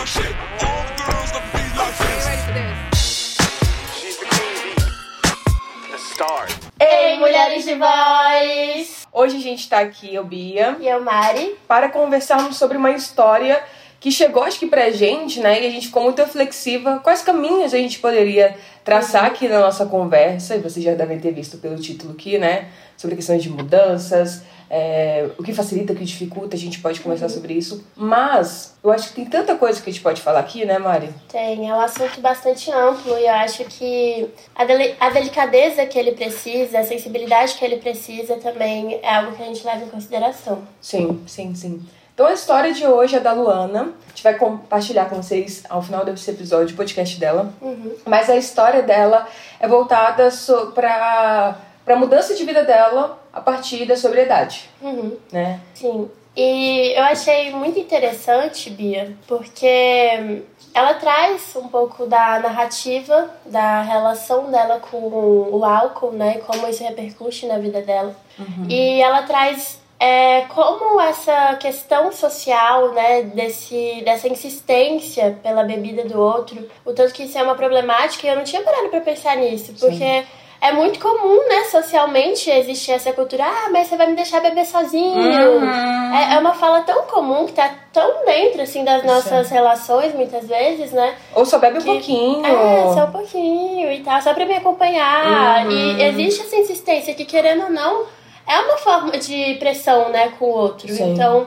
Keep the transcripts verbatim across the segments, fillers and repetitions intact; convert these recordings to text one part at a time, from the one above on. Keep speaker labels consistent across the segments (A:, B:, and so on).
A: Ei, mulheres de voz!
B: Hoje a gente tá aqui, eu, Bia,
A: e eu, Mari,
B: para conversarmos sobre uma história que chegou, acho que pra gente, né? E a gente ficou muito reflexiva. Quais caminhos a gente poderia traçar aqui na nossa conversa? E vocês já devem ter visto pelo título aqui, né? Sobre questões de mudanças, é, o que facilita, o que dificulta, a gente pode conversar uhum. sobre isso. Mas eu acho que tem tanta coisa que a gente pode falar aqui, né, Mari?
A: Tem, é um assunto bastante amplo e eu acho que a, deli- a delicadeza que ele precisa, a sensibilidade que ele precisa também é algo que a gente leva em consideração.
B: Sim, sim, sim. Então a história de hoje é da Luana. A gente vai compartilhar com vocês ao final desse episódio o podcast dela. Uhum. Mas a história dela é voltada so- para a mudança de vida dela a partir da sobriedade. Uhum. Né?
A: Sim. E eu achei muito interessante, Bia, porque ela traz um pouco da narrativa, da relação dela com o álcool, né? Como isso repercute na vida dela. Uhum. E ela traz... É, como essa questão social, né, desse, dessa insistência pela bebida do outro, o tanto que isso é uma problemática, e eu não tinha parado pra pensar nisso, porque Sim. é muito comum, né, socialmente existe essa cultura, ah, mas você vai me deixar beber sozinho. Uhum. É, é uma fala tão comum, que tá tão dentro, assim, das nossas Sim. relações, muitas vezes, né.
B: Ou só bebe
A: que,
B: um pouquinho.
A: É, só um pouquinho e tal, só pra me acompanhar. Uhum. E existe essa insistência que, querendo ou não, é uma forma de pressão, né, com o outro. Sim. Então,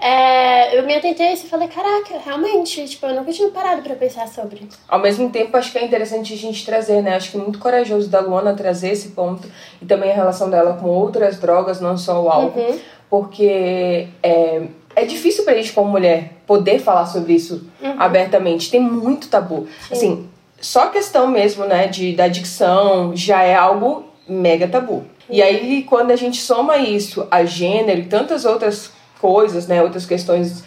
A: é, eu me atentei a isso e falei, caraca, realmente, tipo, eu nunca tinha parado pra pensar sobre.
B: Ao mesmo tempo, acho que é interessante a gente trazer, né, acho que é muito corajoso da Luana trazer esse ponto, e também a relação dela com outras drogas, não só o álcool, uhum. porque é, é difícil pra gente, como mulher, poder falar sobre isso uhum. abertamente, tem muito tabu. Sim. Assim, só a questão mesmo, né, de, da adicção já é algo mega tabu. E aí, quando a gente soma isso a gênero e tantas outras coisas, né, outras questões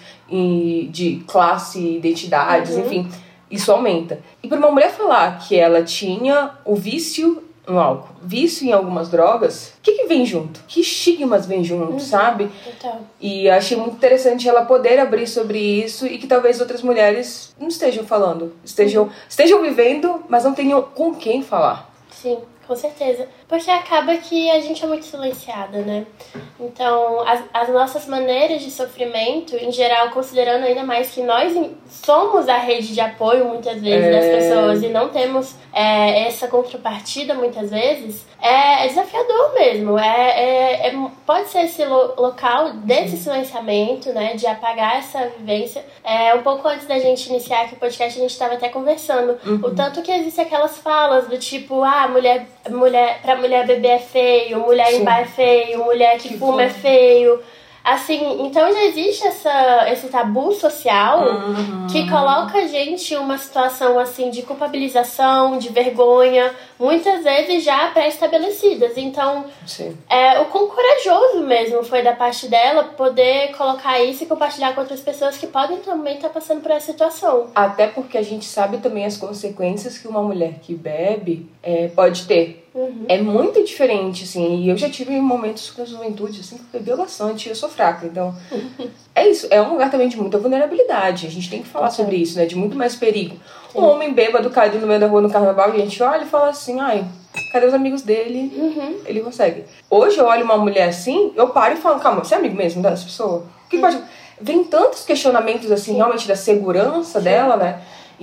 B: de classe, identidades, uhum. enfim, isso aumenta. E para uma mulher falar que ela tinha o vício no álcool, vício em algumas drogas, o que que vem junto? Que estigmas vem junto, uhum. sabe?
A: Então.
B: E achei muito interessante ela poder abrir sobre isso e que talvez outras mulheres não estejam falando, estejam, uhum. estejam vivendo, mas não tenham com quem falar.
A: Sim. Com certeza. Porque acaba que a gente é muito silenciada, né? Então, as, as nossas maneiras de sofrimento, em geral, considerando ainda mais que nós somos a rede de apoio, muitas vezes, é... das pessoas, e não temos é, essa contrapartida, muitas vezes, é, é desafiador mesmo. É, é, é, pode ser esse lo, local desse silenciamento, né? De apagar essa vivência. É, um pouco antes da gente iniciar aqui o podcast, a gente estava até conversando. Uhum. O tanto que existem aquelas falas do tipo, ah, mulher... Mulher, pra mulher beber é feio, mulher Sim. em bar é feio, mulher que, que fuma é feio. Assim, então já existe essa, esse tabu social uhum. que coloca a gente em uma situação assim de culpabilização, de vergonha, muitas vezes já pré-estabelecidas. Então, Sim. é, o quão corajoso mesmo foi da parte dela poder colocar isso e compartilhar com outras pessoas que podem também estar passando por essa situação.
B: Até porque a gente sabe também as consequências que uma mulher que bebe é, pode ter. Uhum. É muito diferente, assim, e eu já tive momentos com a juventude, assim, que eu bebia bastante e eu sou fraca, então uhum. é isso, é um lugar também de muita vulnerabilidade, a gente tem que falar okay. sobre isso, né, de muito mais perigo. Sim. Um homem bêbado caído no meio da rua no carnaval, e a gente olha e fala assim, ai, cadê os amigos dele? Uhum. Ele consegue. Hoje eu olho uma mulher assim, eu paro e falo, calma, você é amigo mesmo dessa pessoa? O que uhum. pode... Vem tantos questionamentos, assim, Sim. realmente da segurança Sim. dela, né?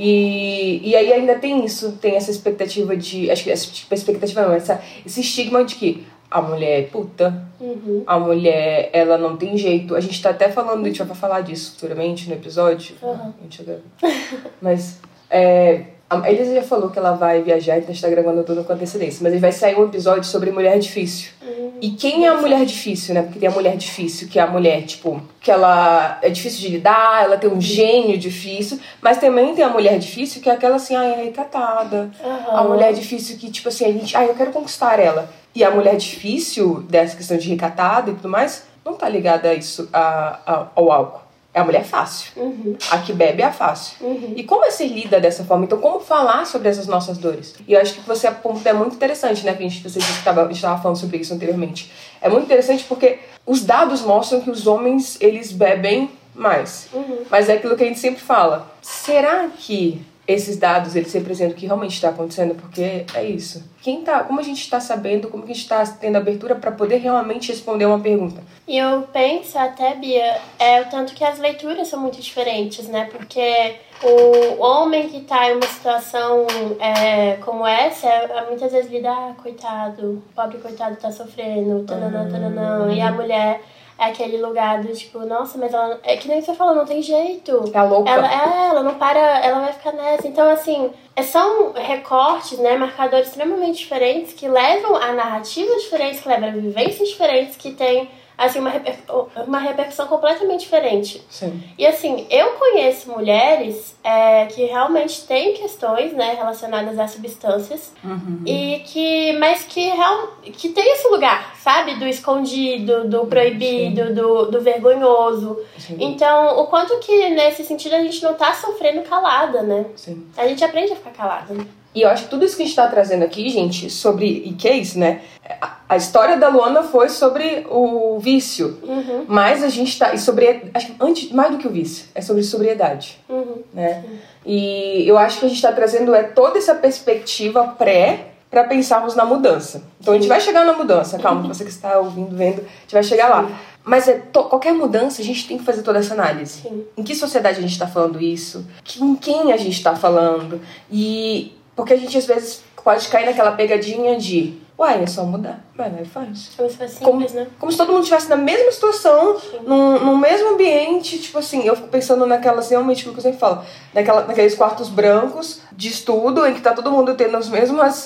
B: E, e aí ainda tem isso, tem essa expectativa de... Acho que essa expectativa não, essa, esse estigma de que a mulher é puta, uhum. a mulher, ela não tem jeito. A gente tá até falando, a gente vai falar disso futuramente no episódio. Uhum. A gente já... Mas, é... A Elisa já falou que ela vai viajar, então a gente tá gravando tudo com antecedência. Mas vai sair um episódio sobre mulher difícil. Uhum. E quem é a mulher difícil, né? Porque tem a mulher difícil, que é a mulher, tipo... Que ela é difícil de lidar, ela tem um gênio difícil. Mas também tem a mulher difícil, que é aquela assim, ai, é recatada. Uhum. A mulher difícil que, tipo assim, a gente... Ai, eu quero conquistar ela. E a mulher difícil, dessa questão de recatada e tudo mais, não tá ligada a isso, a, a, ao álcool. É a mulher fácil. Uhum. A que bebe é a fácil. Uhum. E como é ser lida dessa forma? Então, como falar sobre essas nossas dores? E eu acho que você aponta é muito interessante, né? Que a gente, você disse que tava, a gente estava falando sobre isso anteriormente. É muito interessante porque os dados mostram que os homens, eles bebem mais.
A: Uhum.
B: Mas é aquilo que a gente sempre fala. Será que esses dados, eles representam o que realmente está acontecendo? Porque é isso. Quem tá, como a gente está sabendo, como que a gente está tendo abertura para poder realmente responder uma pergunta?
A: E eu penso até, Bia, é o tanto que as leituras são muito diferentes, né? Porque o homem que tá em uma situação é, como essa, é, muitas vezes lida, ah, coitado, o pobre coitado tá sofrendo, tananã, tananã, e a mulher... É aquele lugar do tipo, nossa, mas ela... É que nem você falou, não tem jeito.
B: É louca.
A: Ela, é, ela não para, ela vai ficar nessa. Então, assim, são recortes, né, marcadores extremamente diferentes que levam a narrativas diferentes, que levam a vivências diferentes, que tem, assim, uma, reper... uma repercussão completamente diferente.
B: Sim.
A: E, assim, eu conheço mulheres é, que realmente têm questões, né, relacionadas a substâncias,
B: uhum.
A: e que, mas que, real, que tem esse lugar, sabe? Do escondido, do proibido, do, do vergonhoso.
B: Sim.
A: Então, o quanto que, nesse sentido, a gente não tá sofrendo calada, né?
B: Sim.
A: A gente aprende a ficar calada, né?
B: E eu acho que tudo isso que a gente tá trazendo aqui, gente, sobre... E que é isso, né? A, a história da Luana foi sobre o vício.
A: Uhum.
B: Mas a gente tá... E sobre... Acho que antes, mais do que o vício, é sobre sobriedade.
A: Uhum.
B: Né? E eu acho que a gente tá trazendo é toda essa perspectiva pré para pensarmos na mudança. Então a gente vai chegar na mudança. Calma, você que está ouvindo, vendo, a gente vai chegar lá. Mas é to- qualquer mudança, a gente tem que fazer toda essa análise.
A: Sim.
B: Em que sociedade a gente está falando isso? Com quem a gente está falando? E... Porque a gente, às vezes, pode cair naquela pegadinha de... Uai, é só mudar. Vai lá e faz.
A: Como se fosse
B: Como,
A: simples, né?
B: como se todo mundo estivesse na mesma situação, num, num mesmo ambiente. Tipo assim, eu fico pensando naquelas... Realmente, o que eu sempre falo. Naquela, naqueles quartos brancos de estudo, em que tá todo mundo tendo as mesmas...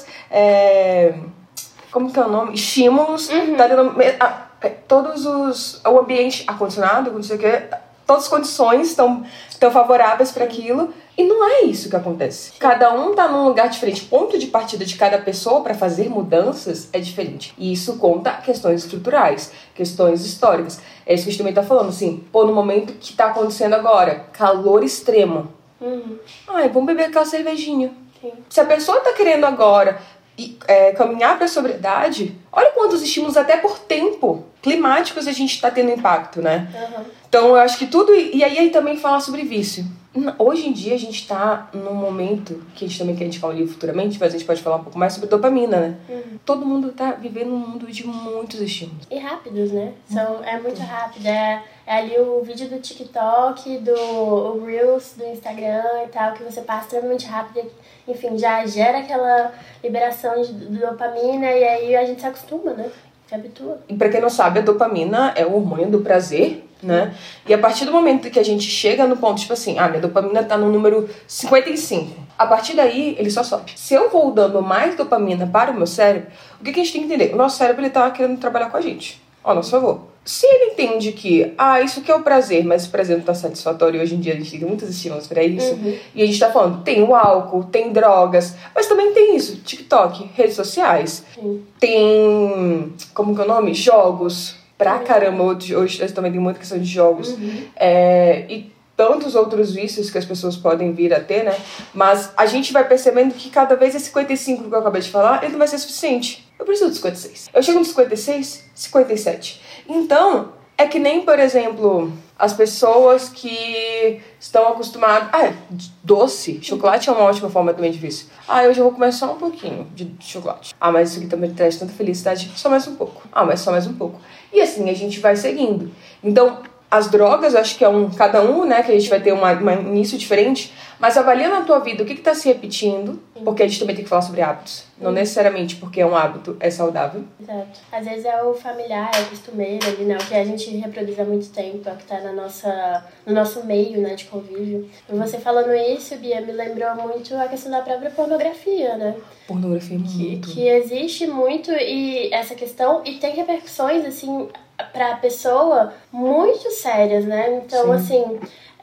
B: É, como que é o nome? Estímulos.
A: Uhum.
B: Tá tendo... A, todos os... O ambiente ar-condicionado, não sei o quê... Todas as condições estão favoráveis para aquilo. E não é isso que acontece. Cada um tá num lugar diferente. O ponto de partida de cada pessoa para fazer mudanças é diferente. E isso conta questões estruturais, questões históricas. É isso que a gente também tá falando, assim. Pô, no momento que tá acontecendo agora, calor extremo.
A: Uhum.
B: Ai, vamos beber aquela cervejinha.
A: Sim.
B: Se a pessoa tá querendo agora e, é, caminhar para a sobriedade, olha quantos estímulos, até por tempo, climáticos a gente está tendo impacto, né?
A: Uhum.
B: Então eu acho que tudo... E aí, aí também falar sobre vício. Hoje em dia a gente está num momento, que a gente também quer indicar um livro futuramente, mas a gente pode falar um pouco mais sobre dopamina, né?
A: Uhum.
B: Todo mundo tá vivendo um mundo de muitos estímulos.
A: E rápidos, né? São, é muito rápido. É, é ali o vídeo do TikTok, do o Reels, do Instagram e tal, que você passa extremamente rápido. Enfim, já gera aquela liberação de, de dopamina e aí a gente se acostuma, né? Se habitua.
B: E pra quem não sabe, a dopamina é o hormônio do prazer, né? E a partir do momento que a gente chega no ponto, tipo assim, ah, minha dopamina tá no número cinquenta e cinco. A partir daí, ele só sobe. Se eu vou dando mais dopamina para o meu cérebro, o que, que a gente tem que entender? O nosso cérebro, ele tá querendo trabalhar com a gente, ao nosso favor. Se ele entende que, ah, isso aqui é o prazer, mas o prazer não tá satisfatório, e hoje em dia a gente tem muitos estímulos pra isso,
A: Uhum.
B: e a gente tá falando, tem o álcool, tem drogas, mas também tem isso, TikTok, redes sociais,
A: Sim.
B: tem, como que é o nome? Jogos, pra caramba, hoje, hoje também tem muita questão de jogos,
A: Uhum.
B: é, e tantos outros vícios que as pessoas podem vir a ter, né? Mas a gente vai percebendo que cada vez esse cinquenta e cinco que eu acabei de falar, ele não vai ser suficiente. Eu preciso de cinquenta e seis. Eu chego no cinquenta e seis, cinquenta e sete. Então, é que nem, por exemplo, as pessoas que estão acostumadas... Ah, doce. Chocolate é uma ótima forma também de vício. Ah, hoje eu vou comer só um pouquinho de chocolate. Ah, mas isso aqui também traz tanta felicidade. Só mais um pouco. Ah, mas só mais um pouco. E assim a gente vai seguindo. Então... As drogas, acho que é um cada um, né? Que a gente vai ter uma, uma início diferente. Mas avalia na tua vida o que está se repetindo. Porque a gente também tem que falar sobre hábitos. Não necessariamente porque é um hábito é saudável.
A: Exato. Às vezes é o familiar, é o costumeiro ali, né? O que a gente reproduz há muito tempo, é o que tá na nossa, no nosso meio, né? De convívio. E você falando isso, Bia, me lembrou muito a questão da própria pornografia, né?
B: Pornografia é
A: Que,
B: muito.
A: que existe muito e essa questão e tem repercussões, assim, pra pessoa muito sérias, né? Então,
B: Sim.
A: assim,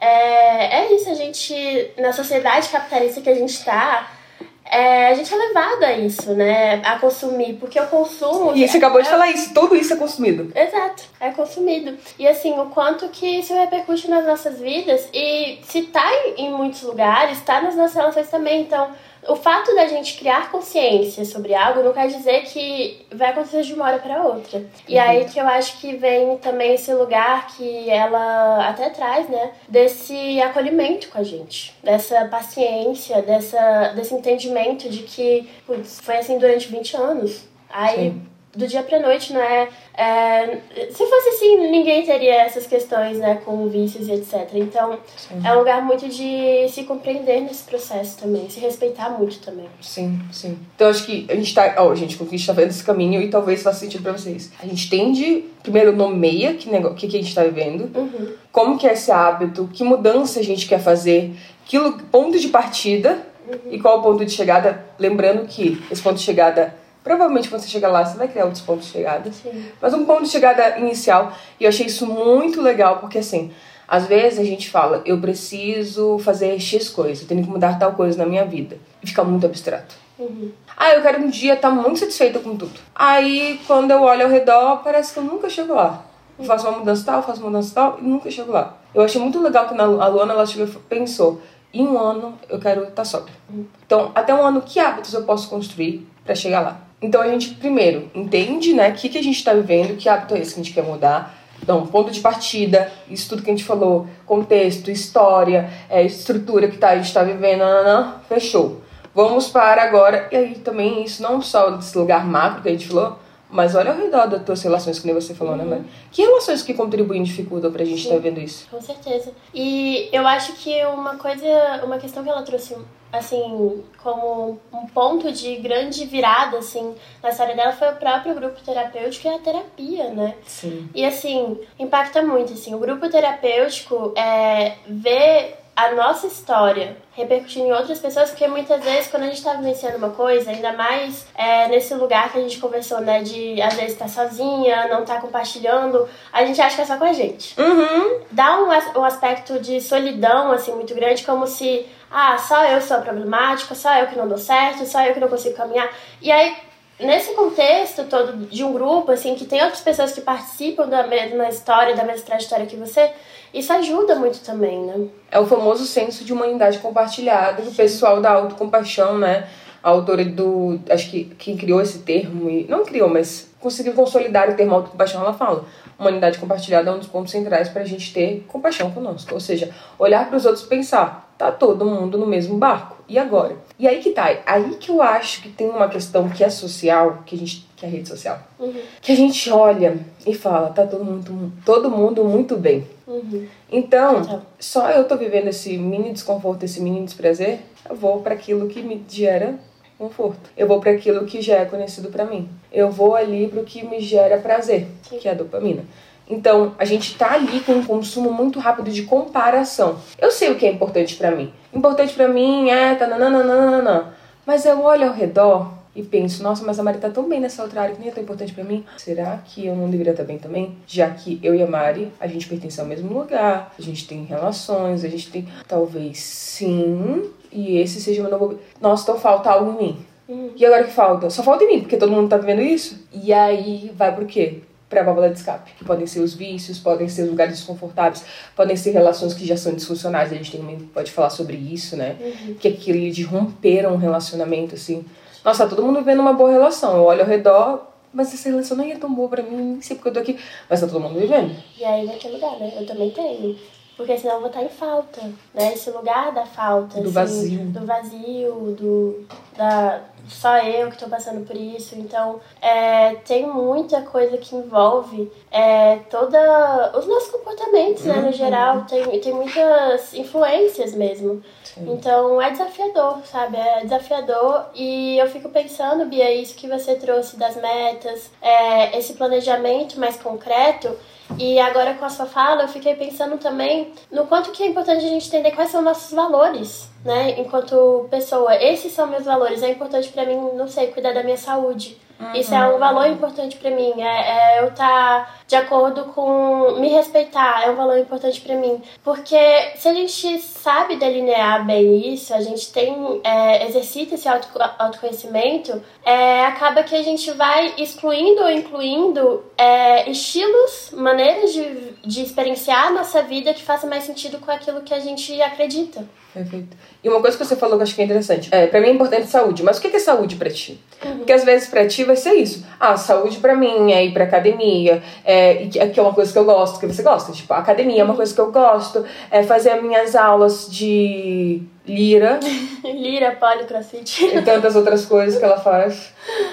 A: é, é isso, a gente, na sociedade capitalista que a gente tá, é, a gente é levado a isso, né? A consumir, porque o consumo...
B: E você acabou de
A: é,
B: falar isso, tudo isso é consumido.
A: Exato, é consumido. E assim, o quanto que isso repercute nas nossas vidas e se tá em, em muitos lugares, tá nas nossas relações também. Então, o fato da gente criar consciência sobre algo não quer dizer que vai acontecer de uma hora para outra. Uhum. E aí que eu acho que vem também esse lugar que ela até traz, né? Desse acolhimento com a gente, dessa paciência, dessa, desse entendimento de que, putz, foi assim durante vinte anos. Aí, sim, do dia pra noite, não é, é... Se fosse assim, ninguém teria essas questões, né, com vícios e etcétera. Então, sim, é um lugar muito de se compreender nesse processo também, se respeitar muito também.
B: Sim, sim. Então, acho que a gente tá... Ó, oh, gente, com que a gente tá vendo esse caminho e talvez faça sentido pra vocês. A gente tende, primeiro, nomeia que, negócio, que, que a gente tá vivendo,
A: uhum,
B: como que é esse hábito, que mudança a gente quer fazer, que ponto de partida, uhum, e qual o ponto de chegada. Lembrando que esse ponto de chegada... Provavelmente quando você chegar lá, você vai criar outros pontos de chegada.
A: Sim.
B: Mas um ponto de chegada inicial. E eu achei isso muito legal, porque assim, às vezes a gente fala, eu preciso fazer X coisa, eu tenho que mudar tal coisa na minha vida. E fica muito abstrato.
A: Uhum.
B: Ah, eu quero um dia estar muito satisfeita com tudo. Aí, quando eu olho ao redor, parece que eu nunca chego lá. Eu faço uma mudança tal, faço uma mudança tal, e nunca chego lá. Eu achei muito legal que a Luana, ela chegou e pensou, em um ano eu quero estar sóbria. Uhum. Então, até um ano, que hábitos eu posso construir para chegar lá? Então a gente, primeiro, entende, né, o que, que a gente está vivendo, que hábito é esse que a gente quer mudar. Então, ponto de partida, isso tudo que a gente falou, contexto, história, é, estrutura que tá, a gente está vivendo, nanana, fechou. Vamos para agora, e aí também isso não só desse lugar macro que a gente falou, mas olha ao redor das tuas relações, que nem você falou, uhum, né, Mari? Que relações que contribuem e dificultam pra gente estar tá vendo isso?
A: Com certeza. E eu acho que uma coisa, uma questão que ela trouxe, assim, como um ponto de grande virada, assim, na história dela foi o próprio grupo terapêutico e a terapia, né?
B: Sim.
A: E, assim, impacta muito, assim, o grupo terapêutico é ver a nossa história repercutindo em outras pessoas, porque muitas vezes quando a gente tá vivenciando uma coisa, ainda mais é, nesse lugar que a gente conversou, né, de às vezes tá sozinha, não tá compartilhando, a gente acha que é só com a gente.
B: Uhum.
A: Dá um, um aspecto de solidão, assim, muito grande, como se, ah, só eu sou problemática, só eu que não dou certo, só eu que não consigo caminhar. E aí, nesse contexto todo de um grupo, assim, que tem outras pessoas que participam da mesma história, da mesma trajetória que você, isso ajuda muito também, né?
B: É o famoso senso de humanidade compartilhada, o pessoal da autocompaixão, né? A autora do... Acho que quem criou esse termo, e não criou, mas conseguiu consolidar o termo autocompaixão, ela fala. Humanidade compartilhada é um dos pontos centrais pra gente ter compaixão conosco. Ou seja, olhar pros outros e pensar, tá todo mundo no mesmo barco, e agora? E aí que tá, aí que eu acho que tem uma questão que é social, que a gente... que é a rede social.
A: Uhum.
B: Que a gente olha e fala, tá todo mundo, todo mundo muito bem.
A: Uhum.
B: Então, então, só eu tô vivendo esse mini desconforto, esse mini desprazer, eu vou para aquilo que me gera conforto. Eu vou para aquilo que já é conhecido para mim. Eu vou ali pro que me gera prazer, sim, que é a dopamina. Então, a gente tá ali com um consumo muito rápido de comparação. Eu sei o que é importante para mim. Importante para mim é... Tananana, mas eu olho ao redor e penso, nossa, mas a Mari tá tão bem nessa outra área que nem é tão importante pra mim. Será que eu não deveria estar bem também? Já que eu e a Mari, a gente pertence ao mesmo lugar, a gente tem relações, a gente tem... Talvez sim, e esse seja o meu novo... Nossa, então falta algo em mim.
A: Uhum.
B: E agora que falta? Só falta em mim, porque todo mundo tá vivendo isso. E aí vai pro quê? Pra válvula de escape. Que podem ser os vícios, podem ser lugares desconfortáveis, podem ser relações que já são disfuncionais. A gente também pode falar sobre isso, né?
A: Uhum.
B: Que é aquele de romper um relacionamento, assim... Nossa, tá todo mundo vivendo uma boa relação. Eu olho ao redor, mas essa relação nem é tão boa pra mim, nem sei porque eu tô aqui. Mas tá todo mundo vivendo.
A: E aí vai ter lugar, né? Eu também tenho. Porque senão eu vou estar em falta, né? Esse lugar da falta.
B: Do
A: assim,
B: vazio.
A: Do vazio, do... Da, só eu que tô passando por isso. Então, é, tem muita coisa que envolve é, toda... Os nossos comportamentos, né? No geral, tem, tem muitas influências mesmo. Sim. Então, é desafiador, sabe? É desafiador. E eu fico pensando, Bia, isso que você trouxe das metas, é, esse planejamento mais concreto... E agora com a sua fala, eu fiquei pensando também no quanto que é importante a gente entender quais são nossos valores, né? Enquanto pessoa, esses são meus valores. É importante pra mim, não sei, cuidar da minha saúde. Uhum. Isso é um valor importante pra mim. É, é eu estar de acordo com... Me respeitar é um valor importante pra mim. Porque se a gente sabe delinear bem isso, a gente tem... É, exercita esse auto, autoconhecimento, é, acaba que a gente vai excluindo ou incluindo é, estilos, maneiras de, de experienciar a nossa vida que façam mais sentido com aquilo que a gente acredita.
B: Perfeito. E uma coisa que você falou que eu acho que é interessante. É, pra mim é importante saúde. Mas o que é saúde pra ti? Uhum. Porque às vezes pra ti vai ser isso. Ah, saúde pra mim é ir pra academia. É, que é uma coisa que eu gosto, que você gosta. Tipo, a academia é uma coisa que eu gosto. É fazer as minhas aulas de lira.
A: Lira, poli, crossfit.
B: E tantas outras coisas que ela faz.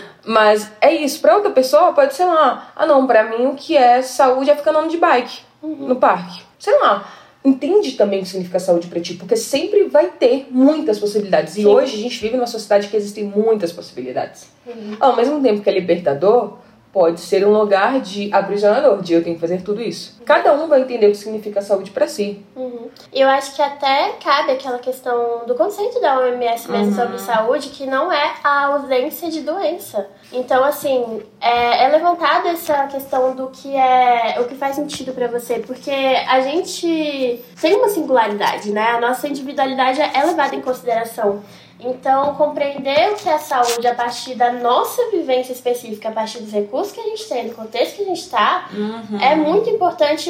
B: Mas é isso. Pra outra pessoa pode ser lá. Ah, não. Pra mim o que é saúde é ficar andando de bike uhum. no parque. Sei lá. Entende também o que significa saúde pra ti, porque sempre vai ter muitas possibilidades. E Sim. hoje a gente vive numa sociedade que existem muitas possibilidades. Uhum. Ao mesmo tempo que é libertador, pode ser um lugar de aprisionador, de eu tenho que fazer tudo isso. Cada um vai entender o que significa saúde pra si.
A: Uhum. Eu acho que até cabe aquela questão do conceito da O M S mesmo uhum. sobre saúde, que não é a ausência de doença. Então, assim, é, é levantada essa questão do que é o que faz sentido pra você, porque a gente tem uma singularidade, né? A nossa individualidade é levada em consideração. Então, compreender o que é a saúde a partir da nossa vivência específica, a partir dos recursos que a gente tem, do contexto que a gente está, uhum. é muito importante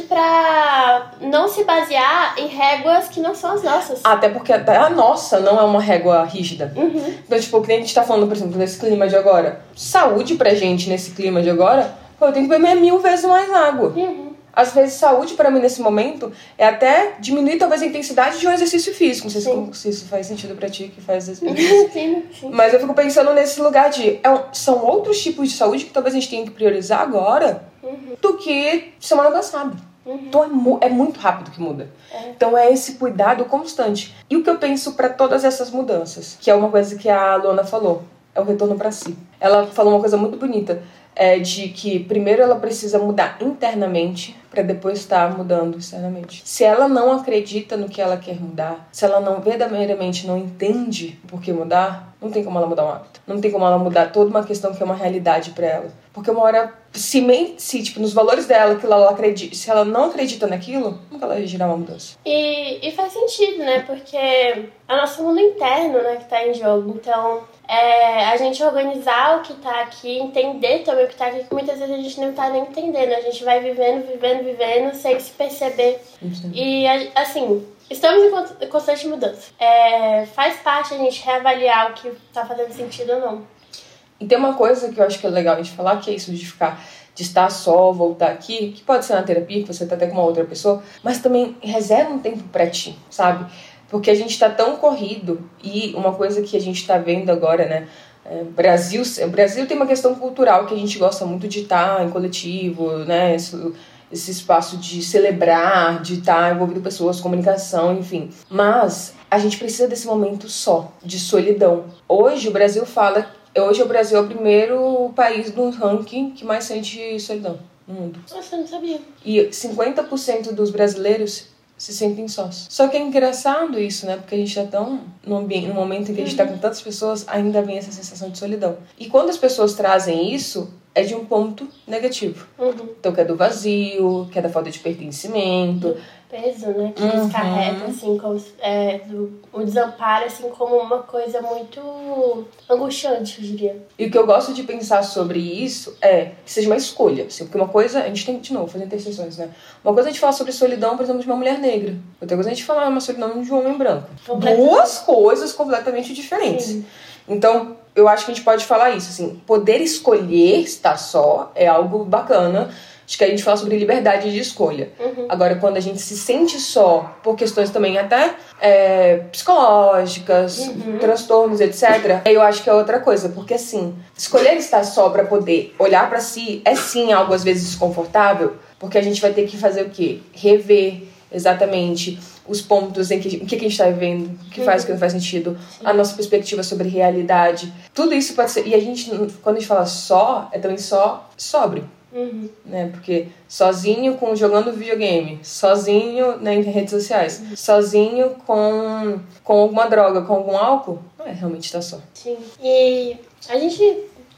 A: para não se basear em réguas que não são as nossas.
B: Até porque a nossa não é uma régua rígida. Uhum. Então, tipo, o que a gente tá falando, por exemplo, nesse clima de agora. Saúde pra gente nesse clima de agora, eu tenho que beber mil vezes mais água. Uhum. Às vezes, saúde pra mim nesse momento é até diminuir talvez a intensidade de um exercício físico. Não sei se, se isso faz sentido pra ti, que faz exercício.
A: sim, sim.
B: Mas eu fico pensando nesse lugar de... É um, são outros tipos de saúde que talvez a gente tenha que priorizar agora uhum. do que semana passada. Uhum. Então é, mu- é muito rápido que muda. É. Então é esse cuidado constante. E o que eu penso pra todas essas mudanças, que é uma coisa que a Luana falou, é o retorno pra si. Ela falou uma coisa muito bonita. É de que primeiro ela precisa mudar internamente para depois estar mudando externamente. Se ela não acredita no que ela quer mudar, se ela não verdadeiramente não entende por que mudar, não tem como ela mudar um hábito. Não tem como ela mudar toda uma questão que é uma realidade para ela. Porque uma hora, se, se tipo, nos valores dela, que ela acredita, se ela não acredita naquilo, nunca ela vai gerar uma mudança.
A: E, e faz sentido, né? Porque é o nosso mundo interno, né, que tá em jogo. Então... É, a gente organizar o que tá aqui, entender também o que tá aqui, que muitas vezes a gente não tá nem entendendo. A gente vai vivendo, vivendo, vivendo, sem se perceber. Sim. E, assim, estamos em constante mudança. É, faz parte a gente reavaliar o que tá fazendo sentido ou não.
B: E tem uma coisa que eu acho que é legal a gente falar, que é isso de ficar... de estar só, voltar aqui, que pode ser na terapia, que você tá até com uma outra pessoa, mas também reserva um tempo pra ti, sabe? Porque a gente tá tão corrido, e uma coisa que a gente tá vendo agora, né? É, Brasil, Brasil tem uma questão cultural que a gente gosta muito de estar em coletivo, né? Esse, esse espaço de celebrar, de estar envolvido com pessoas, comunicação, enfim. Mas a gente precisa desse momento só, de solidão. Hoje o Brasil fala... Hoje o Brasil é o primeiro país do ranking que mais sente solidão no mundo.
A: Nossa, eu não sabia.
B: E cinquenta por cento dos brasileiros se sentem sós. Só que é engraçado isso, né? Porque a gente tá tão... No, ambiente, no momento em que a gente tá com tantas pessoas, ainda vem essa sensação de solidão. E quando as pessoas trazem isso, é de um ponto negativo. Uhum. Então, que é do vazio, que é da falta de pertencimento...
A: Do peso, né? Que eles uhum. carregam, assim, como, é, do, o desamparo, assim, como uma coisa muito angustiante, eu diria.
B: E o que eu gosto de pensar sobre isso é que seja uma escolha, assim, porque uma coisa, a gente tem, de novo, fazer interseções, né? Uma coisa a gente fala sobre solidão, por exemplo, de uma mulher negra. Outra coisa a gente fala uma solidão de um homem branco. Duas coisas completamente diferentes. Sim. Então, eu acho que a gente pode falar isso, assim, poder escolher estar só é algo bacana. Acho que a gente fala sobre liberdade de escolha. Uhum. Agora, quando a gente se sente só, por questões também até é, psicológicas, uhum. transtornos, etcétera, eu acho que é outra coisa. Porque, assim, escolher estar só pra poder olhar pra si é, sim, algo às vezes desconfortável, porque a gente vai ter que fazer o quê? Rever exatamente os pontos em que, em que a gente tá vivendo, o que faz, o que não faz sentido, sim. a nossa perspectiva sobre realidade. Tudo isso pode ser... E a gente, quando a gente fala só, é também só sóbrio. Uhum. Né? Porque sozinho com jogando videogame, sozinho, né, em redes sociais, uhum. sozinho com, com alguma droga, com algum álcool, não é realmente estar só.
A: Sim. E a gente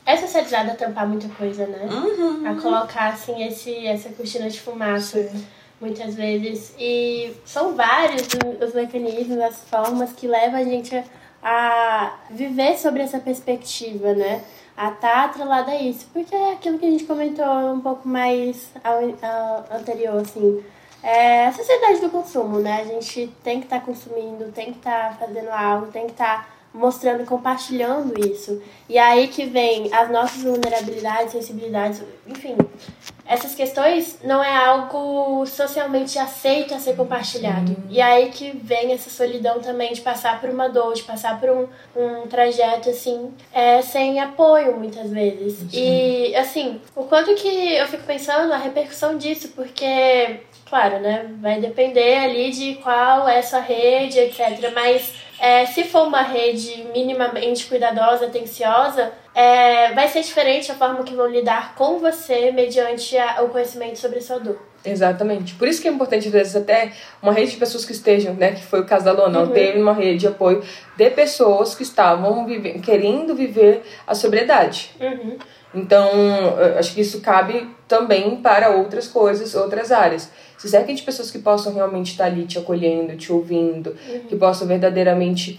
A: é socializada a tampar muita coisa, né?
B: Uhum.
A: A colocar, assim, esse, essa cortina de fumaça, sim, muitas vezes. E são vários os mecanismos, as formas que levam a gente a, a viver sobre essa perspectiva, né? A estar atrelada a isso. Porque é aquilo que a gente comentou um pouco mais ao, ao, anterior, assim. É a sociedade do consumo, né? A gente tem que estar tá consumindo, tem que estar tá fazendo algo, tem que estar tá mostrando e compartilhando isso. E aí que vem as nossas vulnerabilidades, sensibilidades, enfim. Essas questões não é algo socialmente aceito a ser compartilhado. Sim. E aí que vem essa solidão também de passar por uma dor, de passar por um, um trajeto, assim, é, sem apoio, muitas vezes. Sim. E, assim, o quanto que eu fico pensando a repercussão disso, porque, claro, né, vai depender ali de qual é a sua rede, etcétera. Mas é, se for uma rede minimamente cuidadosa, atenciosa, é, vai ser diferente a forma que vão lidar com você mediante a, o conhecimento sobre a sua dor.
B: Exatamente. Por isso que é importante, às vezes, até uma rede de pessoas que estejam, né, que foi o caso da Luana, uhum. teve uma rede de apoio de pessoas que estavam vive, querendo viver a sobriedade.
A: Uhum.
B: Então, acho que isso cabe também para outras coisas, outras áreas. Se cerca de pessoas que possam realmente estar ali te acolhendo, te ouvindo, uhum. que possam verdadeiramente...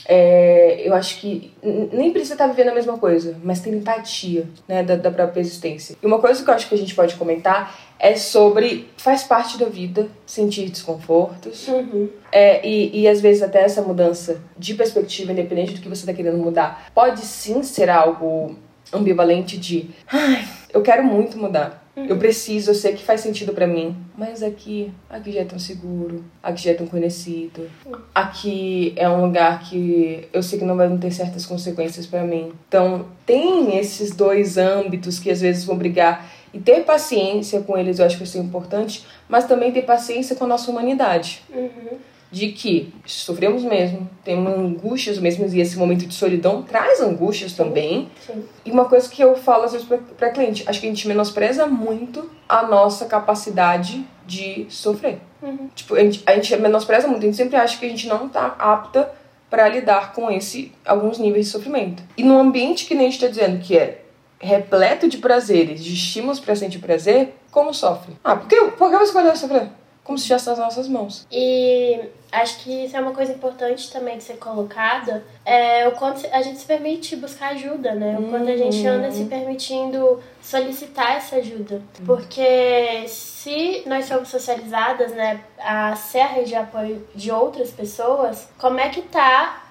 B: É, eu acho que nem precisa estar vivendo a mesma coisa, mas ter empatia, né, da, da própria existência. E uma coisa que eu acho que a gente pode comentar é sobre... Faz parte da vida sentir desconfortos.
A: Uhum.
B: É, e, e às vezes até essa mudança de perspectiva, independente do que você está querendo mudar, pode sim ser algo ambivalente de... Ai, eu quero muito mudar. Uhum. Eu preciso, eu sei que faz sentido pra mim. Mas aqui, aqui já é tão seguro. Aqui já é tão conhecido. Uhum. Aqui é um lugar que eu sei que não vai ter certas consequências pra mim. Então, tem esses dois âmbitos que às vezes vão brigar. E ter paciência com eles, eu acho que isso é importante. Mas também ter paciência com a nossa humanidade.
A: Uhum.
B: De que sofremos mesmo, temos angústias mesmo, e esse momento de solidão traz angústias também.
A: Sim.
B: E uma coisa que eu falo às vezes pra, pra cliente, acho que a gente menospreza muito a nossa capacidade de sofrer.
A: Uhum.
B: Tipo, a gente, a gente menospreza muito, a gente sempre acha que a gente não tá apta para lidar com esse, alguns níveis de sofrimento. E num ambiente que nem a gente tá dizendo que é repleto de prazeres, de estímulos para sentir prazer, como sofre? Ah, por que, por que você escolheu sofrer? Como se estivesse nas nossas mãos.
A: E acho que isso é uma coisa importante também de ser colocada, é o quanto a gente se permite buscar ajuda, né? O quanto a gente anda se permitindo solicitar essa ajuda. Porque se nós somos socializadas, né, a ser a rede de apoio de outras pessoas, como é que tá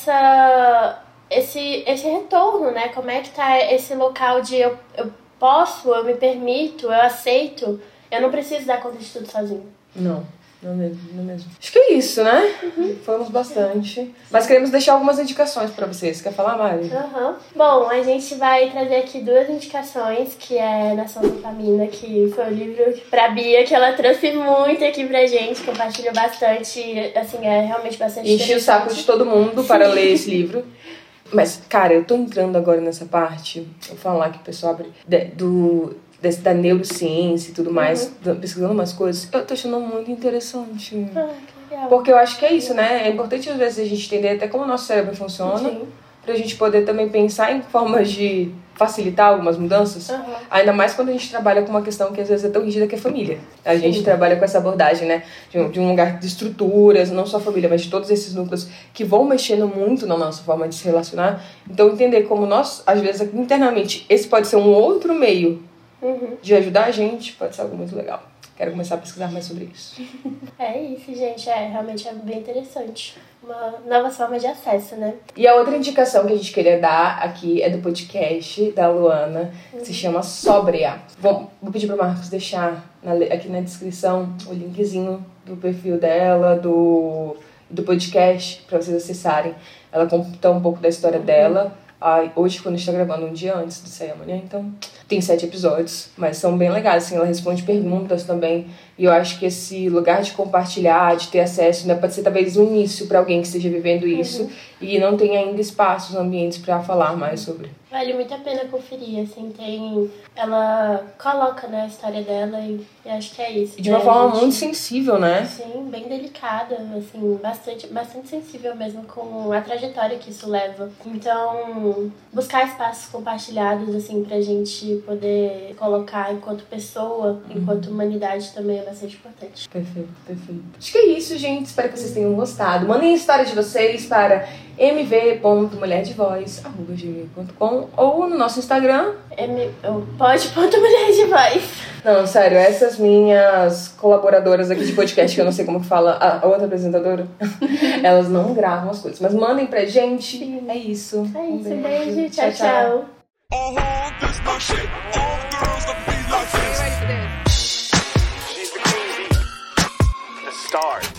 A: essa, esse, esse retorno, né? Como é que tá esse local de eu, eu posso, eu me permito, eu aceito, eu não preciso dar conta de tudo sozinho.
B: Não, não mesmo, não mesmo. Acho que é isso, né?
A: Uhum.
B: Falamos bastante. Mas queremos deixar algumas indicações pra vocês. Quer falar, Mari?
A: Uhum. Bom, a gente vai trazer aqui duas indicações, que é Nação Dopamina, que foi o livro pra Bia, que ela trouxe muito aqui pra gente, compartilhou bastante, assim, é realmente bastante
B: Enchi o saco de todo mundo para ler esse livro. Mas, cara, eu tô entrando agora nessa parte, eu vou falar que o pessoal abre, de, do... Desse, da neurociência e tudo mais, uhum. pesquisando umas coisas, eu tô achando muito interessante.
A: Ah, que legal.
B: Porque eu acho que é isso, né? É importante às vezes a gente entender até como o nosso cérebro funciona,
A: Sim.
B: pra gente poder também pensar em formas de facilitar algumas mudanças.
A: Uhum.
B: Ainda mais quando a gente trabalha com uma questão que às vezes é tão rígida que é família. A
A: Sim.
B: gente trabalha com essa abordagem, né? De um, de um lugar de estruturas, não só família, mas de todos esses núcleos que vão mexendo muito na nossa forma de se relacionar. Então entender como nós, às vezes, internamente, esse pode ser um outro meio
A: Uhum.
B: de ajudar a gente, pode ser algo muito legal. Quero começar a pesquisar mais sobre isso.
A: É isso, gente. É, realmente é bem interessante. Uma nova forma de acesso, né?
B: E a outra indicação que a gente queria dar aqui é do podcast da Luana, que uhum. se chama Sóbria. Vou, vou pedir para o Marcos deixar na, aqui na descrição o linkzinho do perfil dela, do, do podcast, para vocês acessarem. Ela conta um pouco da história uhum. dela. Ah, hoje, quando a gente tá gravando um dia antes de sair amanhã, então tem sete episódios, mas são bem legais, assim, ela responde perguntas também E eu acho que esse lugar de compartilhar, de ter acesso, né, pode ser talvez um início para alguém que esteja vivendo isso uhum. e não tem ainda espaços, ambientes para falar mais sobre.
A: Vale muito a pena conferir, assim, tem... Ela coloca, né, a história dela e, e acho que é isso.
B: E de uma
A: né,
B: forma
A: gente...
B: muito sensível, né?
A: Sim, bem delicada, assim, bastante, bastante sensível mesmo com a trajetória que isso leva. Então, buscar espaços compartilhados, assim, pra gente poder colocar enquanto pessoa, uhum. enquanto humanidade também é bastante importante.
B: Perfeito, perfeito. Acho que é isso, gente. Espero que vocês tenham gostado. Mandem a história de vocês para m v ponto mulher de voz arroba gmail ponto com ou no nosso Instagram
A: M... pode ponto mulher de voz.
B: Não, sério, essas minhas colaboradoras aqui de podcast, que eu não sei como que fala, a outra apresentadora, elas não gravam as coisas, mas mandem pra gente. Sim. É isso.
A: É isso, um beijo. beijo. Tchau, tchau. tchau.